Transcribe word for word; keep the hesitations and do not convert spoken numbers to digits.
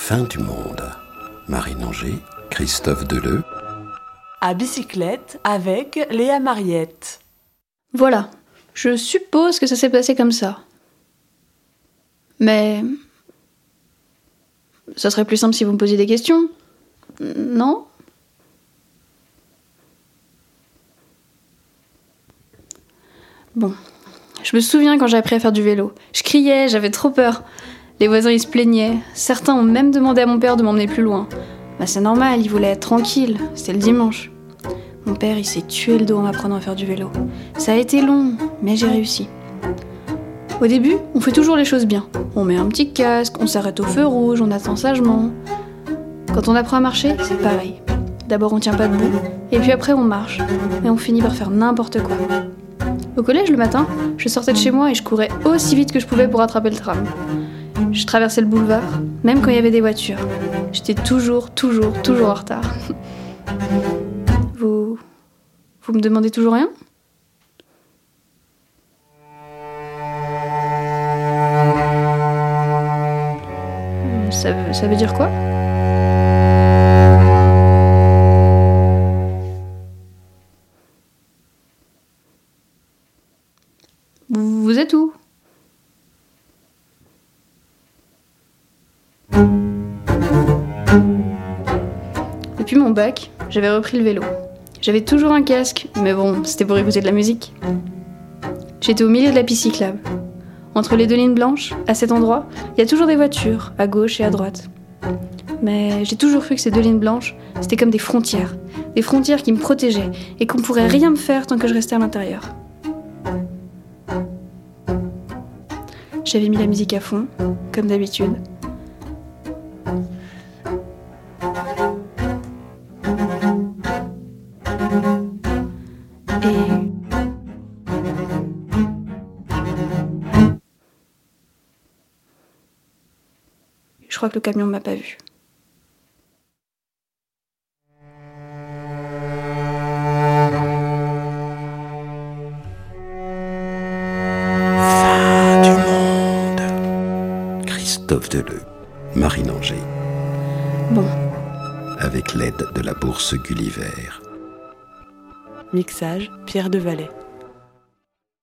Fin du monde. Marine Anger, Christophe Deleu. À bicyclette avec Léa Mariette. Voilà, je suppose que ça s'est passé comme ça. Mais... ça serait plus simple si vous me posiez des questions. Non ? Bon, je me souviens quand j'ai appris à faire du vélo. Je criais, j'avais trop peur. Les voisins ils se plaignaient. Certains ont même demandé à mon père de m'emmener plus loin. Bah c'est normal, il voulait être tranquille. C'était le dimanche. Mon père il s'est tué le dos en m'apprenant à faire du vélo. Ça a été long, mais j'ai réussi. Au début, on fait toujours les choses bien. On met un petit casque, on s'arrête au feu rouge, on attend sagement. Quand on apprend à marcher, c'est pareil. D'abord on tient pas debout, et puis après on marche. Et on finit par faire n'importe quoi. Au collège, le matin, je sortais de chez moi et je courais aussi vite que je pouvais pour attraper le tram. Je traversais le boulevard, même quand il y avait des voitures. J'étais toujours, toujours, toujours en retard. Vous... Vous me demandez toujours rien ? Ça veut, ça veut dire quoi ? Vous, vous êtes où ? Depuis mon bac, j'avais repris le vélo. J'avais toujours un casque, mais bon, c'était pour écouter de la musique. J'étais au milieu de la piste cyclable. Entre les deux lignes blanches, à cet endroit, il y a toujours des voitures, à gauche et à droite. Mais j'ai toujours cru que ces deux lignes blanches, c'était comme des frontières. Des frontières qui me protégeaient et qu'on pourrait rien me faire tant que je restais à l'intérieur. J'avais mis la musique à fond, comme d'habitude. Et... je crois que le camion ne m'a pas vue. Fin du monde. Christophe Deleu, Marine Anger. Bon. Avec l'aide de la bourse Gulliver. Mixage Pierre Devalet.